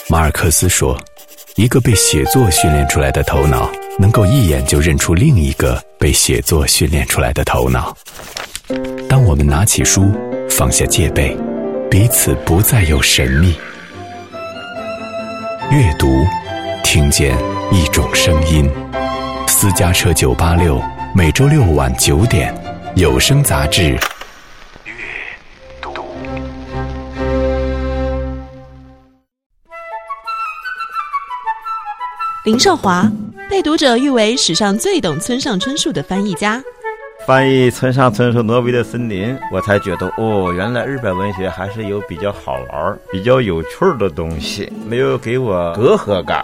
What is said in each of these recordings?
马尔克斯说，一个被写作训练出来的头脑，能够一眼就认出另一个被写作训练出来的头脑。当我们拿起书，放下戒备，彼此不再有神秘。阅读，听见一种声音。私家车986，每周6晚9点，有声杂志。阅读。 林少华被读者誉为史上最懂村上春树的翻译家。 翻译村上春树《挪威的森林》，我才觉得原来日本文学还是有比较好玩、比较有趣的东西，没有给我隔阂感。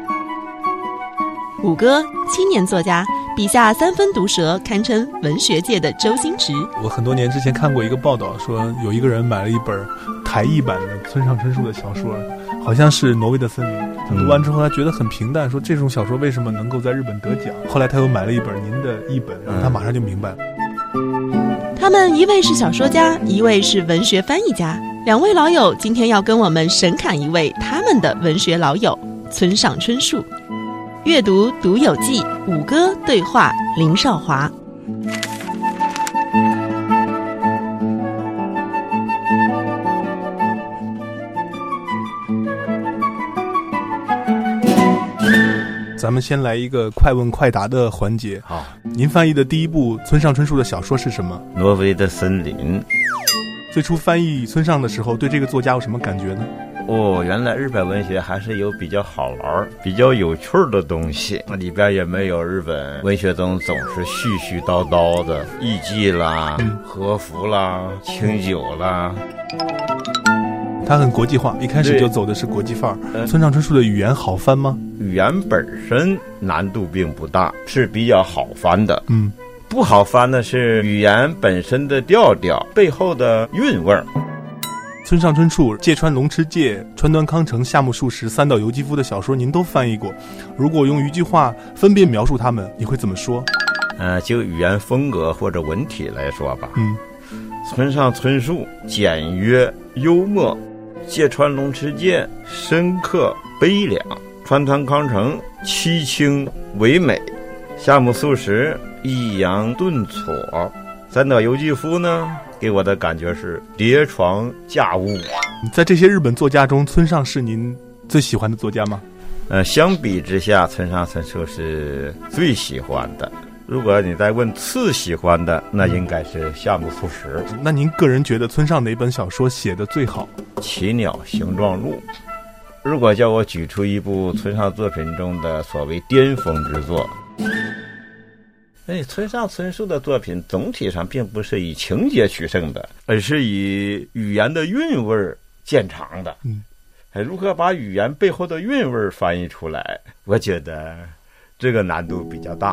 五哥，青年作家，笔下3分毒舌，堪称文学界的周星驰。 我很多年之前看过一个报道，说有一个人买了一本台译版的村上春树的小说，好像是《挪威的森林》。他读完之后，他觉得很平淡，说这种小说为什么能够在日本得奖？后来他又买了一本您的译本，然后他马上就明白了。 他们一位是小说家，一位是文学翻译家，两位老友今天要跟我们神侃一位他们的文学老友村上春树。阅读读友记，五哥对话林少华。 咱们先来一个快问快答的环节。 好， 您翻译的第一部村上春树的小说是什么？ 挪威的森林。 最初翻译村上的时候，对这个作家有什么感觉呢？ 原来日本文学还是有比较好玩、比较有趣的东西，里边也没有日本文学中总是絮絮叨叨的艺伎啦、和服啦、清酒啦。 它很国际化，一开始就走的是国际范儿。村上春树的语言好翻吗？ 语言本身难度并不大，是比较好翻的。不好翻的是语言本身的调调背后的韵味儿。 村上春树、芥川龙之介、川端康成、夏目漱石、三岛由纪夫的小说您都翻译过，如果用一句话分别描述他们，你会怎么说？ 就语言风格或者文体来说吧。村上春树简约幽默，芥川龙之介深刻悲凉，川端康成凄清唯美，夏目漱石抑扬顿挫，三岛由纪夫呢，给我的感觉是叠床架屋。 在这些日本作家中，村上是您最喜欢的作家吗？ 相比之下，村上春树是最喜欢的。如果你再问次喜欢的，那应该是夏目漱石。 那您个人觉得村上哪本小说写得最好？ 奇鸟形状录。如果叫我举出一部村上作品中的所谓巅峰之作，村上春树的作品总体上并不是以情节取胜的，而是以语言的韵味见长的。如何把语言背后的韵味翻译出来，我觉得这个难度比较大。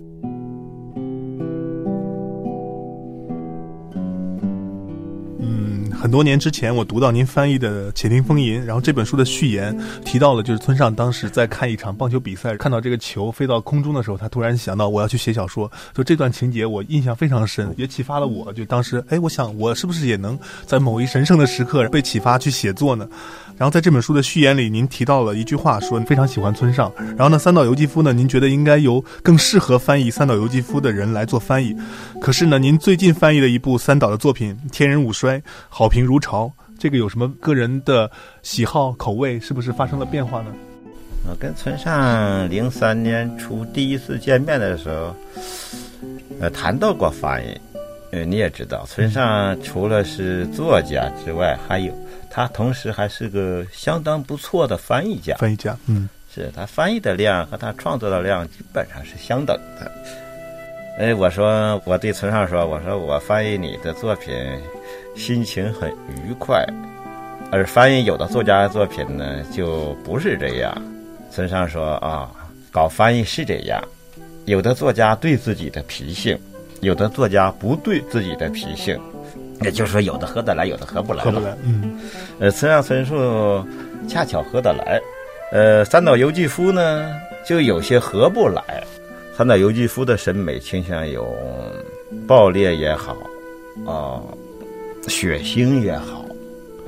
很多年之前我读到您翻译的《且听风吟》，然后这本书的序言提到了，就是村上当时在看一场棒球比赛，看到这个球飞到空中的时候，他突然想到我要去写小说。就这段情节我印象非常深，也启发了我，就当时我想我是不是也能在某一神圣的时刻被启发去写作呢？然后在这本书的序言里，您提到了一句话，说非常喜欢村上。然后呢，三岛由纪夫呢，您觉得应该由更适合翻译三岛由纪夫的人来做翻译。可是呢，您最近翻译了一部三岛的作品《天人五衰》，好评如潮。这个有什么个人的喜好口味，是不是发生了变化呢？ 我跟村上03年初第一次见面的时候，谈到过翻译。你也知道，村上除了是作家之外，他同时还是个相当不错的翻译家。是他翻译的量和他创作的量基本上是相等的。我对村上说，我说我翻译你的作品心情很愉快，而翻译有的作家的作品呢就不是这样。村上说搞翻译是这样，有的作家对自己的脾性，有的作家不对自己的脾性，也就是说有的合得来，有的合不来了。村上春树恰巧合得来，三岛由纪夫呢就有些合不来。三岛由纪夫的审美倾向有暴烈也好，血腥也好，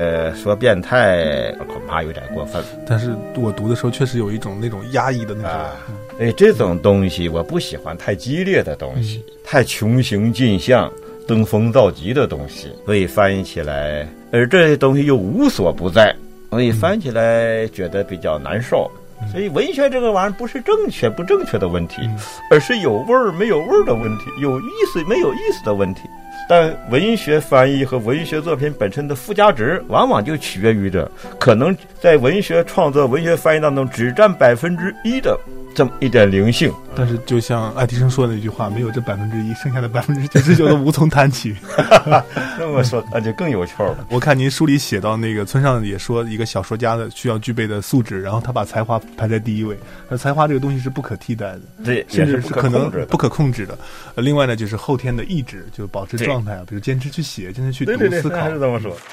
说变态恐怕有点过分。 但是我读的时候确实有一种那种压抑的那种这种东西我不喜欢太激烈的东西，太穷形尽象登峰造极的东西，所以翻译起来，而这些东西又无所不在，所以翻译起来觉得比较难受。所以文学这个玩意儿不是正确不正确的问题，而是有味儿没有味儿的问题，有意思没有意思的问题。但文学翻译和文学作品本身的附加值，往往就取决于着可能在文学创作、文学翻译当中只占1%的这么一点灵性。 但是就像爱迪生说的那句话，没有这1%，剩下的99%都无从谈起。 那么说那就更有趣了。 我看您书里写到那个村上也说，一个小说家的需要具备的素质，然后他把才华排在第一位。而才华这个东西是不可替代的， 对， 甚至是可能不可控制的。另外呢，就是后天的意志，就保持状态，比如坚持去写，坚持去读思考。 还是这么说。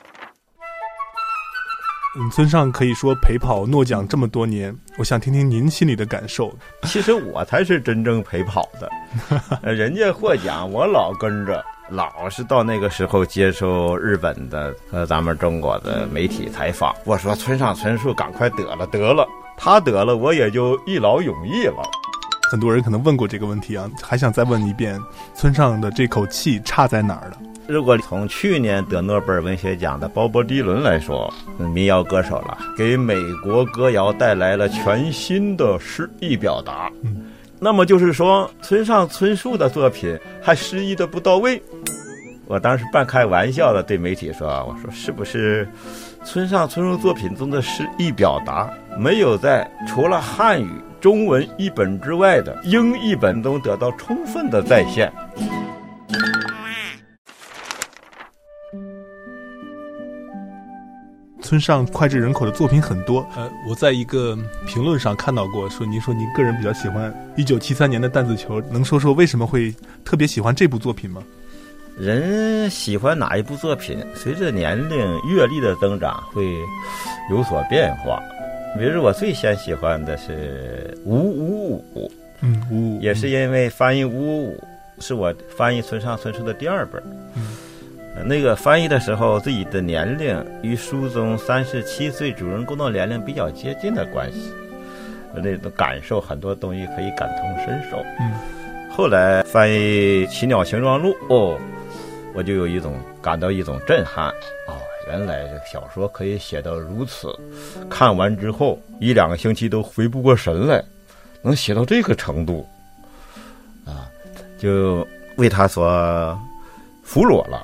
村上可以说陪跑诺奖这么多年，我想听听您心里的感受。 其实我才是真正陪跑的，人家获奖我老跟着，老是到那个时候接受日本的和咱们中国的媒体采访。我说村上春树赶快得了，他得了我也就一劳永逸了。 很多人可能问过这个问题啊，还想再问一遍，村上的这口气差在哪儿了？ 如果从去年得诺贝尔文学奖的鲍勃迪伦来说，民谣歌手了，给美国歌谣带来了全新的诗意表达。那么就是说，村上春树的作品还诗意的不到位。我当时半开玩笑的对媒体说，我说是不是村上春树作品中的诗意表达没有在除了汉语、中文译本之外的英译本中得到充分的再现？ 村上脍炙人口的作品很多，我在一个评论上看到过，说您个人比较喜欢1973年的弹子球，能说说为什么会特别喜欢这部作品吗？ 人喜欢哪一部作品，随着年龄阅历的增长会有所变化。比如我最先喜欢的是555，也是因为翻译555是我翻译村上春树的第2本。那个翻译的时候，自己的年龄与书中37岁主人公的年龄比较接近的关系，那种感受很多东西可以感同身受。后来翻译《奇鸟形状录》，我就感到一种震撼。原来这个小说可以写到如此，看完之后1-2个星期都回不过神来，能写到这个程度就为他所俘虏了。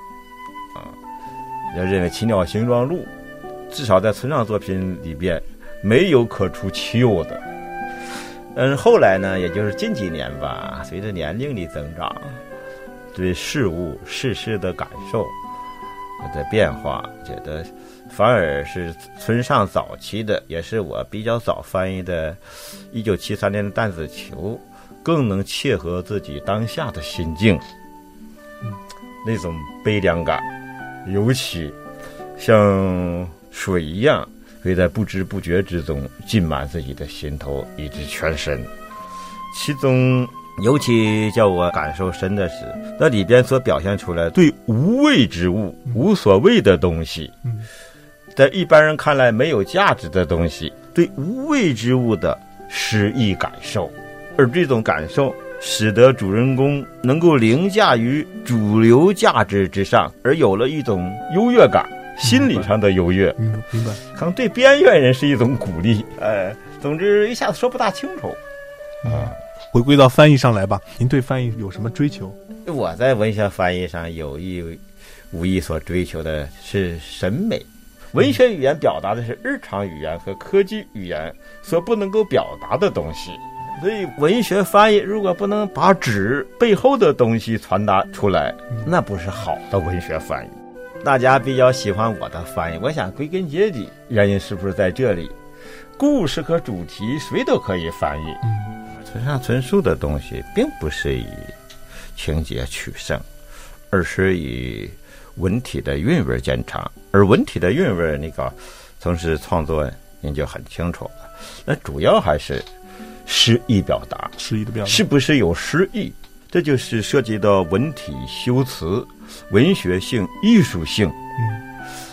要认为《奇鸟形状录》至少在村上作品里边没有可出其右的。后来呢，也就是近几年吧，随着年龄的增长，对事物世事的感受的变化，觉得反而是村上早期的，也是我比较早翻译的1973年的弹子球更能切合自己当下的心境。那种悲凉感尤其像水一样会在不知不觉之中浸满自己的心头以至全身。其中尤其叫我感受深的是那里边所表现出来对无谓之物、无所谓的东西，在一般人看来没有价值的东西，对无谓之物的诗意感受。而这种感受使得主人公能够凌驾于主流价值之上，而有了一种优越感，心理上的优越。 明白。 可能对边缘人是一种鼓励。总之一下子说不大清楚。 回归到翻译上来吧，您对翻译有什么追求？ 我在文学翻译上无意所追求的是审美。文学语言表达的是日常语言和科技语言所不能够表达的东西。所以文学翻译如果不能把纸背后的东西传达出来，那不是好的文学翻译。大家比较喜欢我的翻译，我想归根结底原因是不是在这里，故事和主题谁都可以翻译。村上春树的东西并不是以情节取胜，而是以文体的韵味见长。而文体的韵味，那个从事创作您就很清楚了，那主要还是诗意表达， 诗意的表达是不是有诗意？这就是涉及到文体修辞、文学性、艺术性。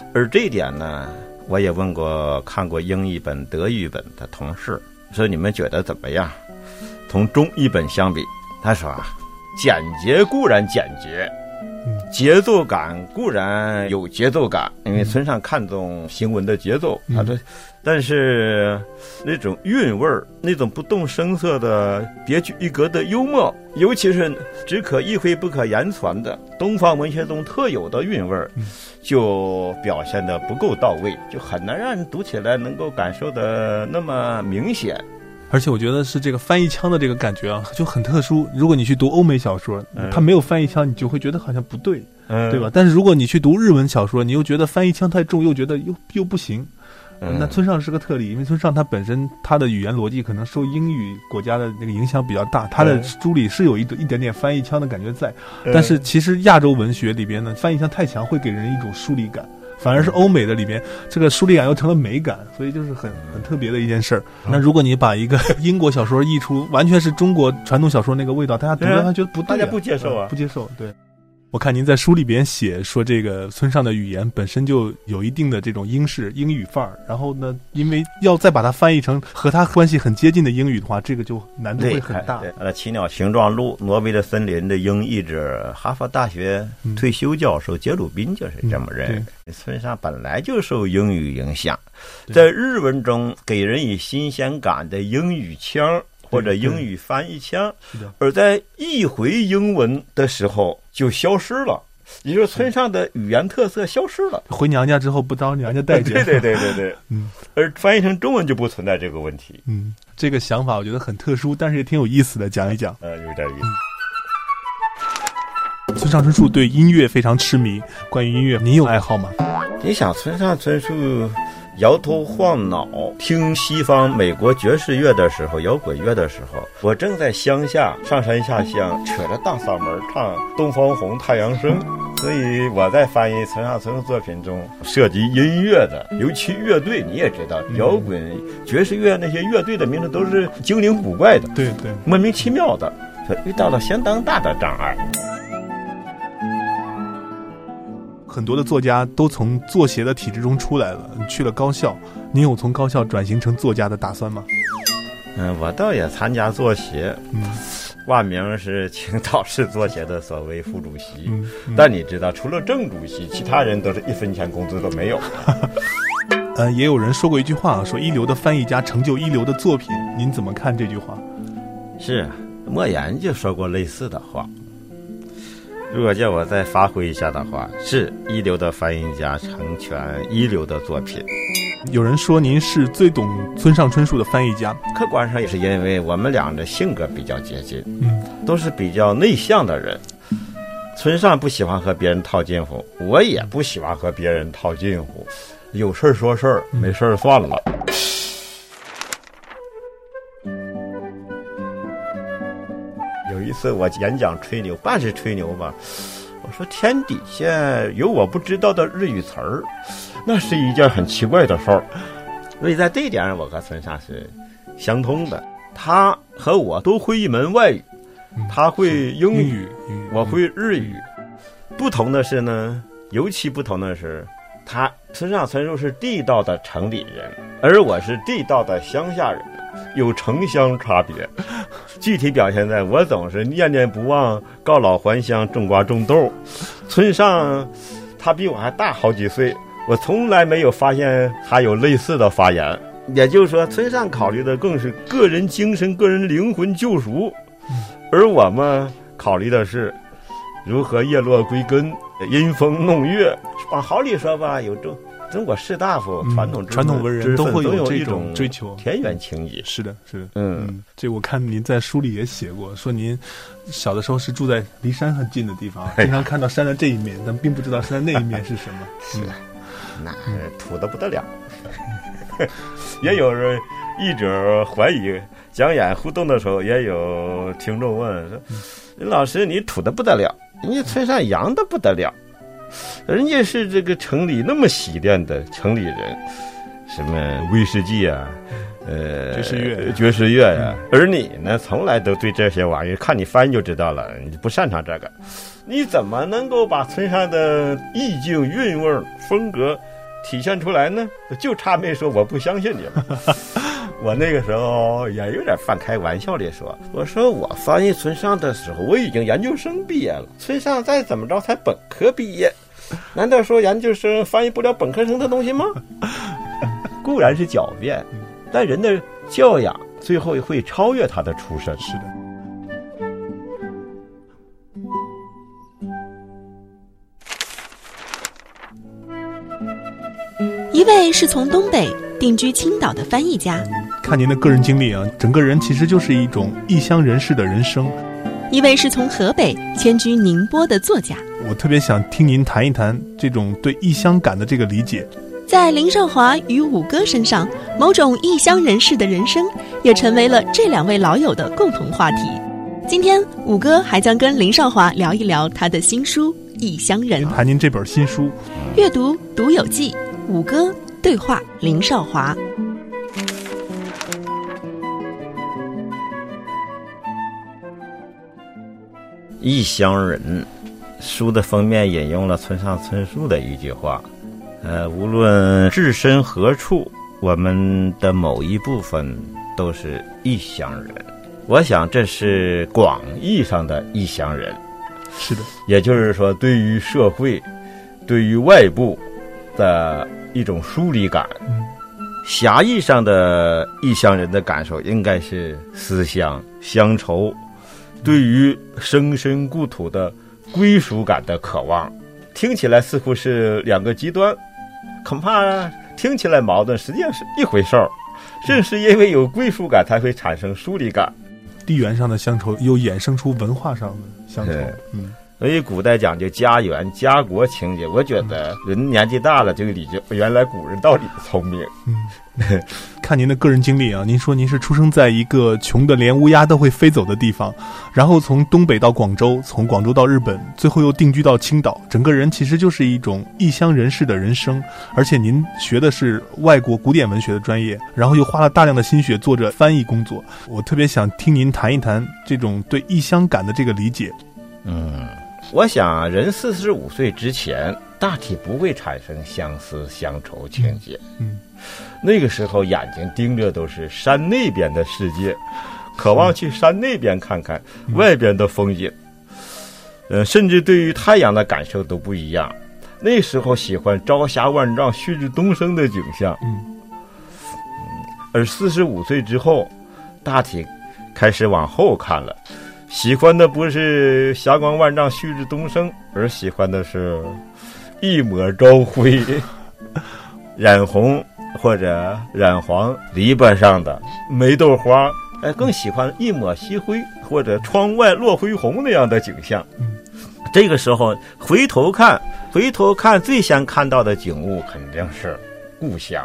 而这一点呢，我也问过看过英译本、德语本的同事，说你们觉得怎么样？同中译本相比，他说啊，简洁固然简洁，节奏感固然有节奏感，因为村上看重行文的节奏，他说，但是那种韵味儿，那种不动声色的别具一格的幽默，尤其是只可意会不可言传的东方文学中特有的韵味儿，就表现得不够到位，就很难让人读起来能够感受的那么明显。 而且我觉得是这个翻译腔的这个感觉啊，就很特殊。如果你去读欧美小说，它没有翻译腔，你就会觉得好像不对，对吧？但是如果你去读日文小说，你又觉得翻译腔太重，又觉得又不行。那村上是个特例，因为村上他本身他的语言逻辑可能受英语国家的那个影响比较大，他的书里是有一点点翻译腔的感觉在。但是其实亚洲文学里边呢，翻译腔太强会给人一种疏离感。反而是欧美的里面，这个疏离感又成了美感，所以就是很特别的一件事儿。那如果你把一个英国小说译出，完全是中国传统小说那个味道，大家读了他觉得不对， 大家不接受啊， 不接受。对，我看您在书里边写说，这个村上的语言本身就有一定的这种英式英语范儿，然后呢，因为要再把它翻译成和它关系很接近的英语的话，这个就难度会很大。 奇鸟形状路，挪威的森林的英译者，哈佛大学退休教授杰鲁宾就是这么认为。村上本来就受英语影响，在日文中给人以新鲜感的英语腔或者英语翻译腔，而在译回英文的时候就消失了，也就是村上的语言特色消失了。 回娘家之后不遭娘家待见。 对，而翻译成中文就不存在这个问题。 这个想法我觉得很特殊，但是也挺有意思的，讲一讲。 有点意思。 村上春树对音乐非常痴迷，关于音乐，您有爱好吗？ 你想，村上春树摇头晃脑听西方美国爵士乐的时候，摇滚乐的时候，我正在乡下上山下乡，扯着大嗓门唱《东方红太阳升》。所以我在翻译村上春树作品中涉及音乐的，尤其乐队，你也知道，摇滚爵士乐那些乐队的名字都是精灵古怪的， 对， 莫名其妙的，遇到了相当大的障碍。 很多的作家都从作协的体制中出来了，去了高校。您有从高校转型成作家的打算吗？ 我倒也参加作协，挂名是青岛市作协的所谓副主席。但你知道，除了正主席，其他人都是1分钱工资都没有。 也有人说过一句话，说一流的翻译家成就一流的作品，您怎么看这句话？ 是，莫言就说过类似的话。如果叫我再发挥一下的话，是一流的翻译家成全一流的作品。 有人说您是最懂村上春树的翻译家， 客观上也是因为我们俩的性格比较接近，都是比较内向的人。村上不喜欢和别人套近乎，我也不喜欢和别人套近乎，有事说事儿，没事算了。有一次我演讲吹牛，半是吹牛吧，我说天底下有我不知道的日语词儿，那是一件很奇怪的事儿。所以在这一点上，我和村上是相通的。他和我都会一门外语，他会英语，我会日语。不同的是呢，尤其不同的是，村上春树是地道的城里人，而我是地道的乡下人，有城乡差别。具体表现在我总是念念不忘告老还乡种瓜种豆。村上他比我还大好几岁，我从来没有发现他有类似的发言。也就是说，村上考虑的更是个人精神、个人灵魂救赎，而我们考虑的是如何叶落归根、吟风弄月。往好里说吧，有中国士大夫、传统文人都会有这种追求，田园情谊。 是的。这我看您在书里也写过，说您小的时候是住在离山很近的地方，经常看到山的这一面，但并不知道山的那一面是什么。 是，那土得不得了。也有人译者怀疑，讲演互动的时候，也有听众问说：“老师，你土得不得了，人家村上洋得不得了。”人家是这个城里那么洗练的城里人，什么威士忌啊，爵士乐呀，而你呢，从来都对这些玩意儿，看你翻译就知道了，你不擅长这个，你怎么能够把村上的意境、韵味、风格体现出来呢？就差没说我不相信你了。我那个时候也有点半开玩笑地说，我说我翻译村上的时候，我已经研究生毕业了，村上再怎么着才本科毕业，难道说研究生翻译不了本科生的东西吗？固然是狡辩，但人的教养最后会超越他的出身。 是的。 一位是从东北定居青岛的翻译家， 看您的个人经历啊，整个人其实就是一种异乡人士的人生。 一位是从河北迁居宁波的作家， 我特别想听您谈一谈这种对异乡感的这个理解。 在林少华与五哥身上，某种异乡人士的人生也成为了这两位老友的共同话题。今天五哥还将跟林少华聊一聊他的新书《异乡人》， 谈您这本新书。 阅读读友记，五哥对话林少华。 异乡人书的封面引用了村上春树的一句话，无论置身何处，我们的某一部分都是异乡人。我想这是广义上的异乡人。 是的， 也就是说，对于社会，对于外部的一种疏离感。狭义上的异乡人的感受应该是思乡乡愁，对于生身故土的归属感的渴望。听起来似乎是两个极端，恐怕听起来矛盾，实际上是一回事儿。正是因为有归属感，才会产生疏离感。 地缘上的乡愁又衍生出文化上的乡愁。 所以古代讲究家园家国情节，我觉得人年纪大了就理解原来古人到底聪明。 看您的个人经历啊，您说您是出生在一个穷的连乌鸦都会飞走的地方，然后从东北到广州，从广州到日本，最后又定居到青岛，整个人其实就是一种异乡人士的人生。而且您学的是外国古典文学的专业，然后又花了大量的心血做着翻译工作。我特别想听您谈一谈这种对异乡感的这个理解。 我想人45岁之前大体不会产生相思乡愁情节。那个时候眼睛盯着都是山那边的世界，渴望去山那边看看外边的风景。甚至对于太阳的感受都不一样。那时候喜欢朝霞万丈旭日东升的景象。而45岁之后大体开始往后看了，喜欢的不是霞光万丈旭日东升，而喜欢的是一抹朝晖染红或者染黄篱笆上的梅豆花，更喜欢一抹夕辉或者窗外落灰红那样的景象。这个时候回头看最先看到的景物肯定是故乡。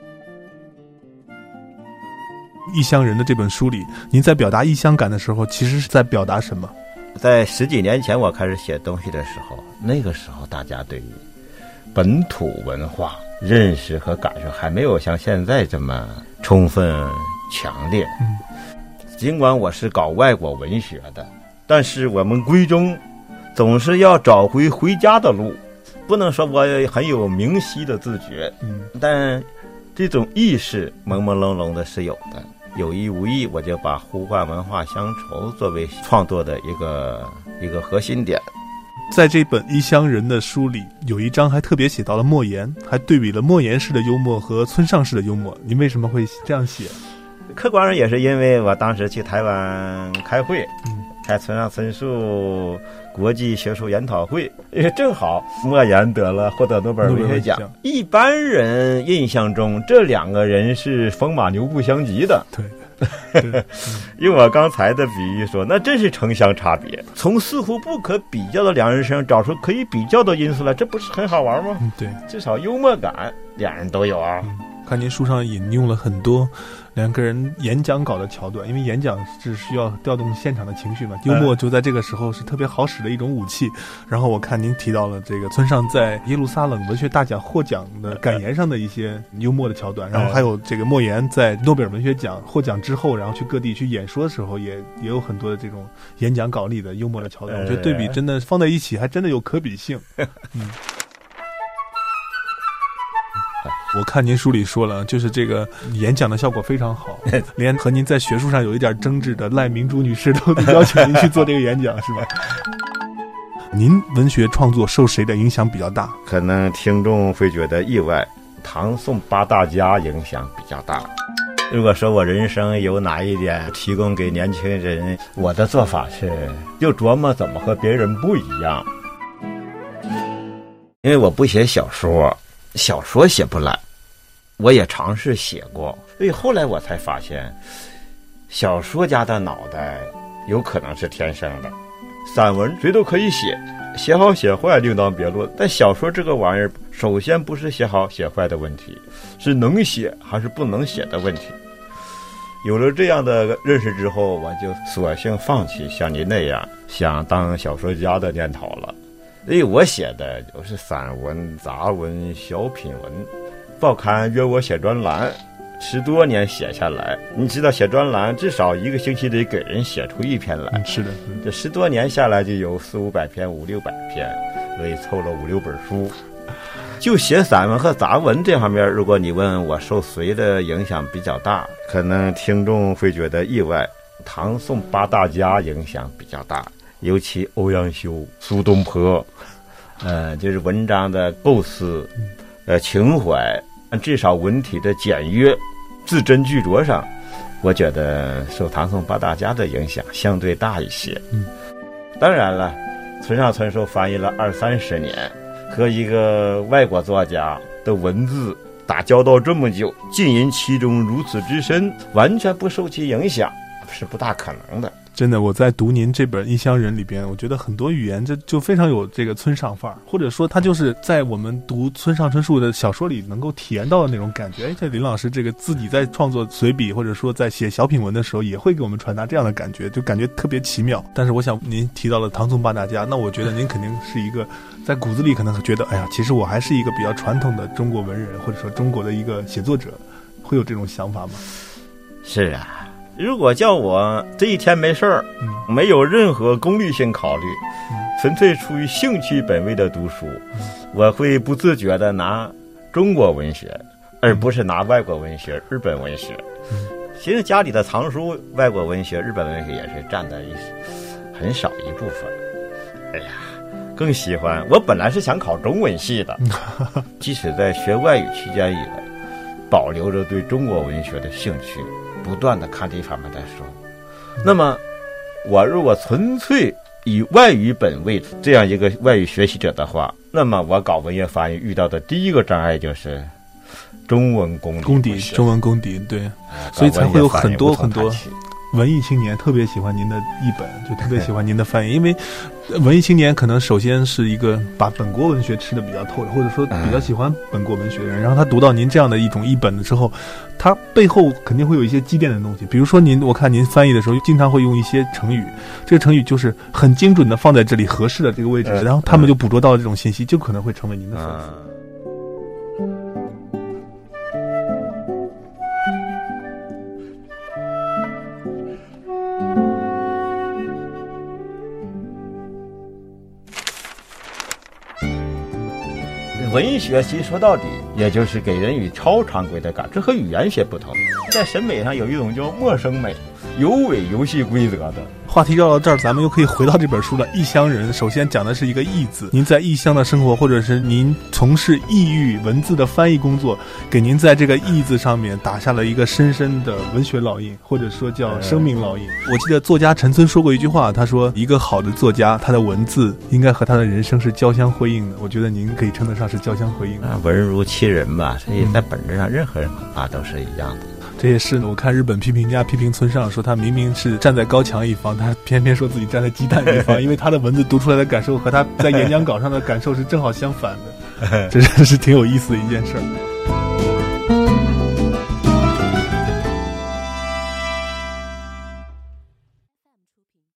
异乡人的这本书里，您在表达异乡感的时候其实是在表达什么？ 在10几年前我开始写东西的时候，那个时候大家对于本土文化认识和感受还没有像现在这么充分强烈。尽管我是搞外国文学的，但是我们闺中总是要找回家的路，不能说我很有明晰的自觉，但这种意识朦朦胧胧的是有的。有意无意我就把呼唤文化乡愁作为创作的一个核心点。 在这本异乡人的书里，有一章还特别写到了莫言，还对比了莫言式的幽默和村上式的幽默。您为什么会这样写？ 客观上也是因为我当时去台湾开会，开村上春树国际学术研讨会，正好莫言获得诺贝尔文学奖。一般人印象中这两个人是风马牛不相及的。对，用我刚才的比喻说，那真是城乡差别，从似乎不可比较的两人身上找出可以比较的因素来，这不是很好玩吗？ 对， 至少幽默感两人都有啊。 看您书上引用了很多两个人演讲稿的桥段，因为演讲是需要调动现场的情绪嘛，幽默就在这个时候是特别好使的一种武器。然后我看您提到了这个村上在耶路撒冷文学大奖获奖的感言上的一些幽默的桥段，然后还有这个莫言在诺贝尔文学奖获奖之后，然后去各地去演说的时候也有很多的这种演讲稿里的幽默的桥段。我觉得对比真的放在一起还真的有可比性。 我看您书里说了，就是这个演讲的效果非常好，连和您在学术上有一点争执的赖明珠女士都邀请您去做这个演讲，是吧？您文学创作受谁的影响比较大？ 可能听众会觉得意外，唐宋八大家影响比较大。如果说我人生有哪一点提供给年轻人，我的做法是就琢磨怎么和别人不一样。因为我不写小说，小说写不来，我也尝试写过，所以后来我才发现，小说家的脑袋有可能是天生的，散文谁都可以写，写好写坏另当别论。但小说这个玩意儿，首先不是写好写坏的问题，是能写还是不能写的问题。有了这样的认识之后，我就索性放弃像您那样想当小说家的念头了。所以我写的就是散文、杂文、小品文，报刊约我写专栏，10多年写下来。你知道写专栏至少1个星期得给人写出1篇来， 是的， 这10多年下来就有400-500篇、500-600篇，所以凑了5-6本书。就写散文和杂文这方面，如果你问我受谁的影响比较大，可能听众会觉得意外，唐宋八大家影响比较大。尤其欧阳修、苏东坡，就是文章的构思，情怀，至少文体的简约、字斟句酌上，我觉得受唐宋八大家的影响相对大一些。当然了，村上春树翻译了20-30年，和一个外国作家的文字打交道这么久，浸淫其中如此之深，完全不受其影响是不大可能的。 真的，我在读您这本《异乡人》里边，我觉得很多语言这就非常有这个村上范儿，或者说他就是在我们读村上春树的小说里能够体验到的那种感觉。这林老师这个自己在创作随笔或者说在写小品文的时候，也会给我们传达这样的感觉，就感觉特别奇妙。但是我想您提到了唐宋八大家，那我觉得您肯定是一个在骨子里可能觉得，哎呀，其实我还是一个比较传统的中国文人，或者说中国的一个写作者，会有这种想法吗？ 是啊，如果叫我这一天没事儿，没有任何功利性考虑，纯粹出于兴趣本位的读书，我会不自觉地拿中国文学，而不是拿外国文学、日本文学。其实家里的藏书，外国文学、日本文学也是占的很少一部分。哎呀，更喜欢，我本来是想考中文系的，即使在学外语期间也保留着对中国文学的兴趣，不断地看这方面的书。那么我如果纯粹以外语本位这样一个外语学习者的话，那么我搞文学翻译遇到的第一个障碍就是中文功底， 中文功底，对，所以才会有很多很多文艺青年特别喜欢您的译本，就特别喜欢您的翻译。因为文艺青年可能首先是一个把本国文学吃得比较透的，或者说比较喜欢本国文学的人，然后他读到您这样的一种译本的时候，他背后肯定会有一些积淀的东西。比如说我看您翻译的时候经常会用一些成语，这个成语就是很精准的放在这里合适的这个位置，然后他们就捕捉到这种信息，就可能会成为您的粉丝。 文学其实说到底也就是给人以超常规的感，这和语言学不同。在审美上有一种叫陌生美，有违游戏规则的。 话题绕到这儿，咱们又可以回到这本书了。异乡人首先讲的是一个异字，您在异乡的生活，或者是您从事异域文字的翻译工作，给您在这个异字上面打下了一个深深的文学烙印，或者说叫生命烙印。我记得作家陈村说过一句话，他说一个好的作家，他的文字应该和他的人生是交相辉映的。我觉得您可以称得上是交相辉映的。 文如其人吧，所以在本质上任何人恐怕都是一样的。 这也是我看日本批评家批评村上说，他明明是站在高墙一方，他偏偏说自己站在鸡蛋一方，因为他的文字读出来的感受和他在演讲稿上的感受是正好相反的，这真是挺有意思的一件事儿。